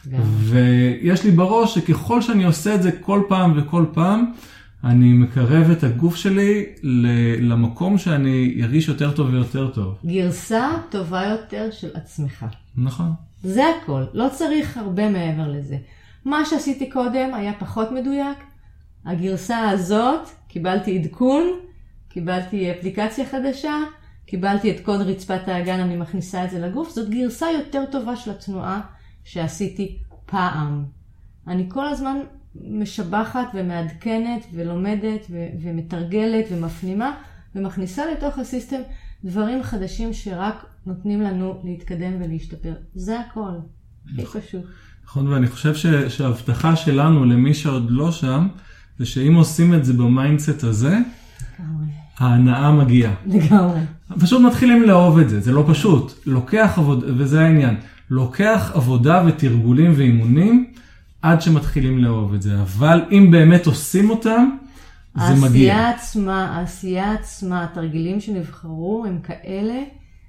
ויש לי בראש שככל שאני עושה את זה כל פעם וכל פעם, אני מקרב את הגוף שלי למקום שאני ירגיש יותר טוב ויותר טוב.
גרסה טובה יותר של עצמך.
נכון.
זה הכל, לא צריך הרבה מעבר לזה. מה שעשיתי קודם היה פחות מדויק. הגרסה הזאת, קיבלתי עדכון, קיבלתי אפליקציה חדשה, קיבלתי את קוד רצפת האגן, אני מכניסה את זה לגוף. זאת גרסה יותר טובה של התנועה שעשיתי פעם. אני כל הזמן משבחת ומעדכנת ולומדת ומתרגלת ומפנימה ומכניסה לתוך הסיסטם דברים חדשים שרק נותנים לנו להתקדם ולהשתפר. זה הכל. הכי פשוט.
נכון, ואני חושב שההבטחה שלנו למי שעוד לא שם, זה שאם עושים את זה במיינדסט הזה, ההנאה מגיעה.
לגמרי.
פשוט מתחילים לאהוב את זה, זה לא פשוט. לוקח עבודה, וזה העניין. לוקח עבודה ותרגולים ואימונים עד שמתחילים לאהוב את זה. אבל אם באמת עושים אותם, זה מגיע.
העשייה עצמה, התרגילים שנבחרו הם כאלה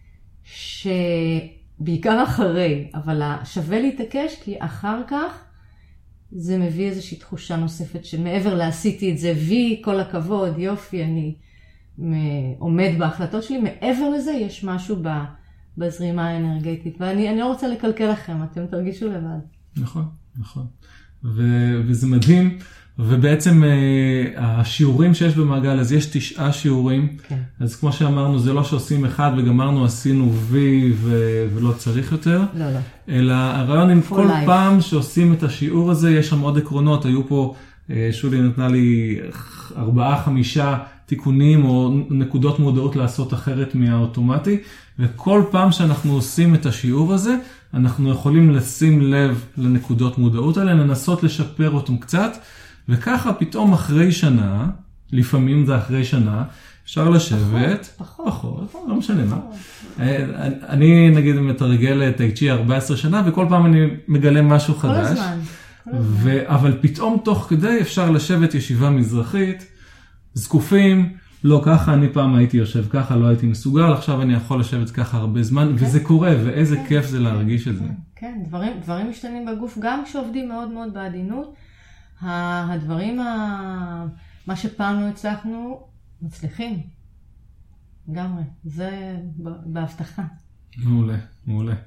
שבעיקר אחרי, אבל שווה להתעקש כי אחר כך זה מביא איזושהי תחושה נוספת שמעבר לעשיתי את זה וי, כל הכבוד, יופי, אני עומד בהחלטות שלי. מעבר לזה יש משהו בזרימה האנרגטית, ואני לא רוצה לקלקל לכם, אתם תרגישו לבד.
נכון, נכון. וזה מדהים, ובעצם השיעורים שיש במעגל, אז יש 9 שיעורים, כן. אז כמו שאמרנו, זה לא שעושים אחד וגמרנו, עשינו וי ולא צריך יותר,
לא.
אלא הרעיון עם כל פעם שעושים את השיעור הזה, יש שם עוד עקרונות, היו פה, שולי נתנה לי 4-5 תיקונים או נקודות מודעות לעשות אחרת מהאוטומטי, וכל פעם שאנחנו עושים את השיעור הזה, אנחנו יכולים לשים לב לנקודות מודעות האלה, לנסות לשפר אותם קצת, וככה פתאום אחרי שנה, לפעמים זה אחרי שנה, אפשר לשבת, פחות, לא משנה מה. אני נגיד מתרגל את טאי-צ'י 14 שנה, וכל פעם אני מגלה משהו חדש. כל הזמן. אבל פתאום תוך כדי אפשר לשבת ישיבה מזרחית, זקופים, לא ככה, אני פעם הייתי יושב ככה, לא הייתי מסוגל, עכשיו אני יכול לשבת ככה הרבה זמן, וזה קורה, ואיזה כיף זה להרגיש את זה.
כן, דברים משתנים בגוף, גם כשעובדים מאוד מאוד בעדינות, הדברים, מה שפעם לא הצלחנו, מצליחים. לגמרי, זה בהבטחה.
מעולה, מעולה.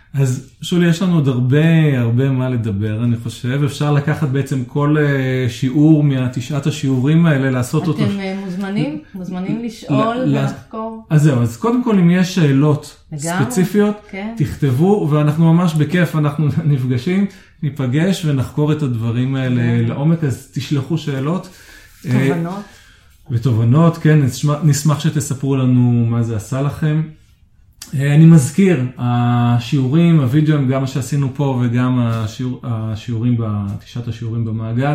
אז שולי, יש לנו עוד הרבה מה לדבר, אני חושב. אפשר לקחת בעצם כל שיעור מהתשעת השיעורים האלה, לעשות אותו.
אתם מוזמנים לשאול ולחקור.
אז זהו, אז קודם כל, אם יש שאלות ספציפיות, תכתבו, ואנחנו ממש בכיף, אנחנו נפגשים, ניפגש ונחקור את הדברים האלה לעומק, אז תשלחו שאלות.
תובנות.
ותובנות, כן, נשמח שתספרו לנו מה זה עשה לכם. אני מזכיר, השיעורים, הוידאוים, גם מה שעשינו פה וגם השיעורים, תשעת השיעורים במעגל,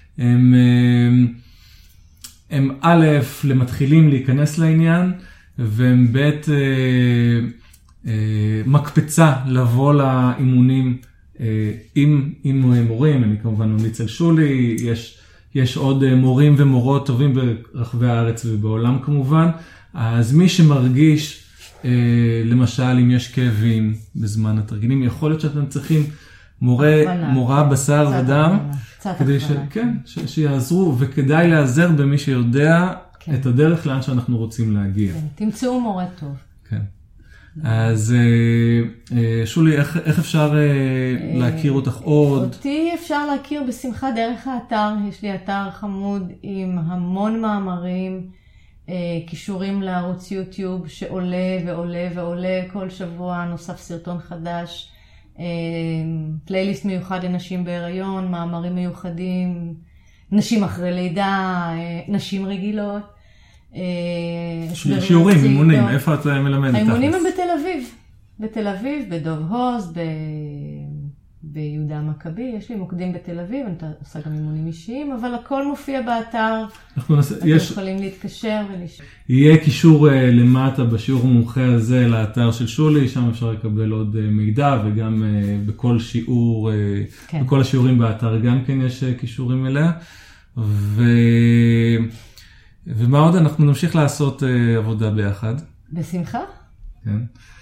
הם א', למתחילים להיכנס לעניין, והם ב', מקפצה לבוא לאימונים עם מורים. אני כמובן ממליץ על שולי, יש עוד מורים ומורות טובים ברחבי הארץ ובעולם כמובן, אז מי שמרגיש, למשל, אם יש כאבים בזמן התרגילים, יכול להיות שאתם צריכים מורה בשר ודם, כדי שיעזרו, וכדאי לעזר במי שיודע את הדרך לאן שאנחנו רוצים להגיע.
תמצאו מורה טוב.
כן. אז שולי, איך אפשר להכיר אותך עוד?
אותי אפשר להכיר בשמחה דרך האתר. יש לי אתר חמוד עם המון מאמרים, קישורים לערוץ יוטיוב שעולה ועולה ועולה כל שבוע, נוסף סרטון חדש, פלייליסט מיוחד לנשים בהיריון, מאמרים מיוחדים, נשים אחרי לידה, נשים רגילות.
שיעורים, אימונים, איפה את מלמדת?
האימונים הם בתל אביב, בדוב הוז, ביהודה מכבי, יש לי מוקדים בתל אביב, אני עושה גם אימונים אישיים, אבל הכל מופיע באתר, אתם יכולים להתקשר ולשאול.
יהיה קישור למטה בשיעור המומחה הזה לאתר של שולי, שם אפשר לקבל עוד מידע, וגם בכל שיעור, בכל השיעורים באתר גם כן יש קישורים אליה. ומה עוד? אנחנו נמשיך לעשות עבודה ביחד.
בשמחה.
כן.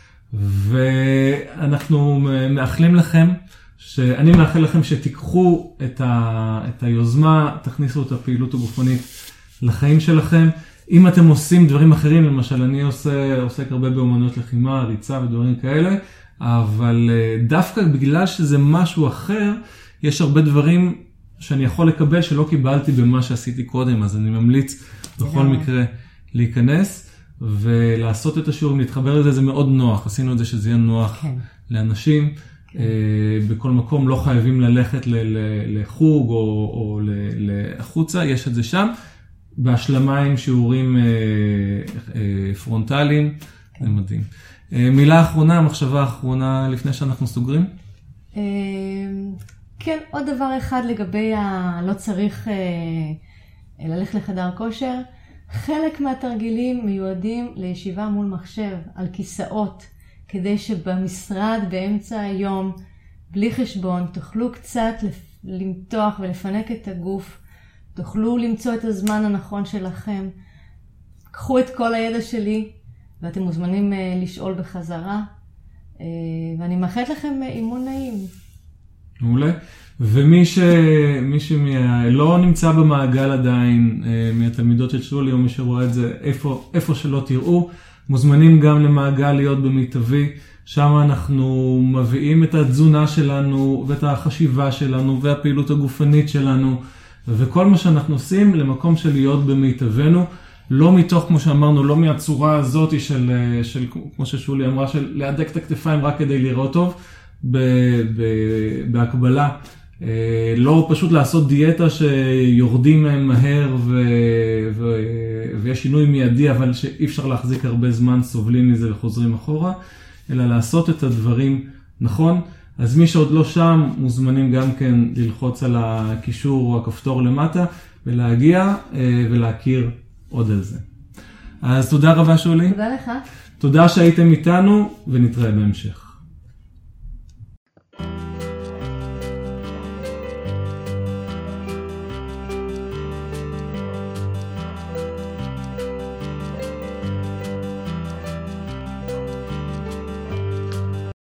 ואנחנו מאחלים לכם, אני מאחל לכם שתיקחו את היוזמה, תכניסו את הפעילות הגופנית לחיים שלכם. אם אתם עושים דברים אחרים, למשל אני עוסק הרבה באומנויות לחימה, ריצה ודברים כאלה, אבל דווקא בגלל שזה משהו אחר, יש הרבה דברים שאני יכול לקבל שלא קיבלתי במה שעשיתי קודם, אז אני ממליץ בכל מקרה להיכנס ולעשות את השיעור, להתחבר לזה, זה מאוד נוח. עשינו את זה שזה יהיה נוח לאנשים. בכל מקום לא חייבים ללכת לחוג או לחוצה, יש את זה שם. בהשלמה עם שיעורים פרונטליים, זה מדהים. מילה אחרונה, מחשבה אחרונה לפני שאנחנו סוגרים?
כן, עוד דבר אחד לגבי לא צריך ללכת לחדר כושר. חלק מהתרגילים מיועדים לישיבה מול מחשב על כיסאות, כדי שבמשרד באמצע היום, בלי חשבון, תוכלו קצת למתוח ולפנק את הגוף, תוכלו למצוא את הזמן הנכון שלכם. קחו את כל הידע שלי, ואתם מוזמנים לשאול בחזרה, ואני מאחלת לכם אימון נעים.
מעולה. ומי שלא נמצא במעגל עדיין, מהתלמידות של שולי, או מי שרואה את זה, איפה שלא תראו, מוזמנים גם למעגל להיות במיטבי, שם אנחנו מביאים את התזונה שלנו, ואת החשיבה שלנו, והפעילות הגופנית שלנו, וכל מה שאנחנו עושים למקום של להיות במיטבנו, לא מתוך, כמו שאמרנו, לא מהצורה הזאת של כמו ששולי אמרה, של להדק את הכתפיים רק כדי לראות טוב, בהקבלה. לא פשוט לעשות דיאטה שיורדים מהם מהר ויש שינוי מיידי, אבל שאי אפשר להחזיק הרבה זמן, סובלים מזה וחוזרים אחורה, אלא לעשות את הדברים נכון. אז מי שעוד לא שם, מוזמנים גם כן ללחוץ על הקישור או הכפתור למטה, ולהגיע ולהכיר עוד על זה. אז תודה רבה שולי.
תודה לך.
תודה שהייתם איתנו, ונתראה בהמשך.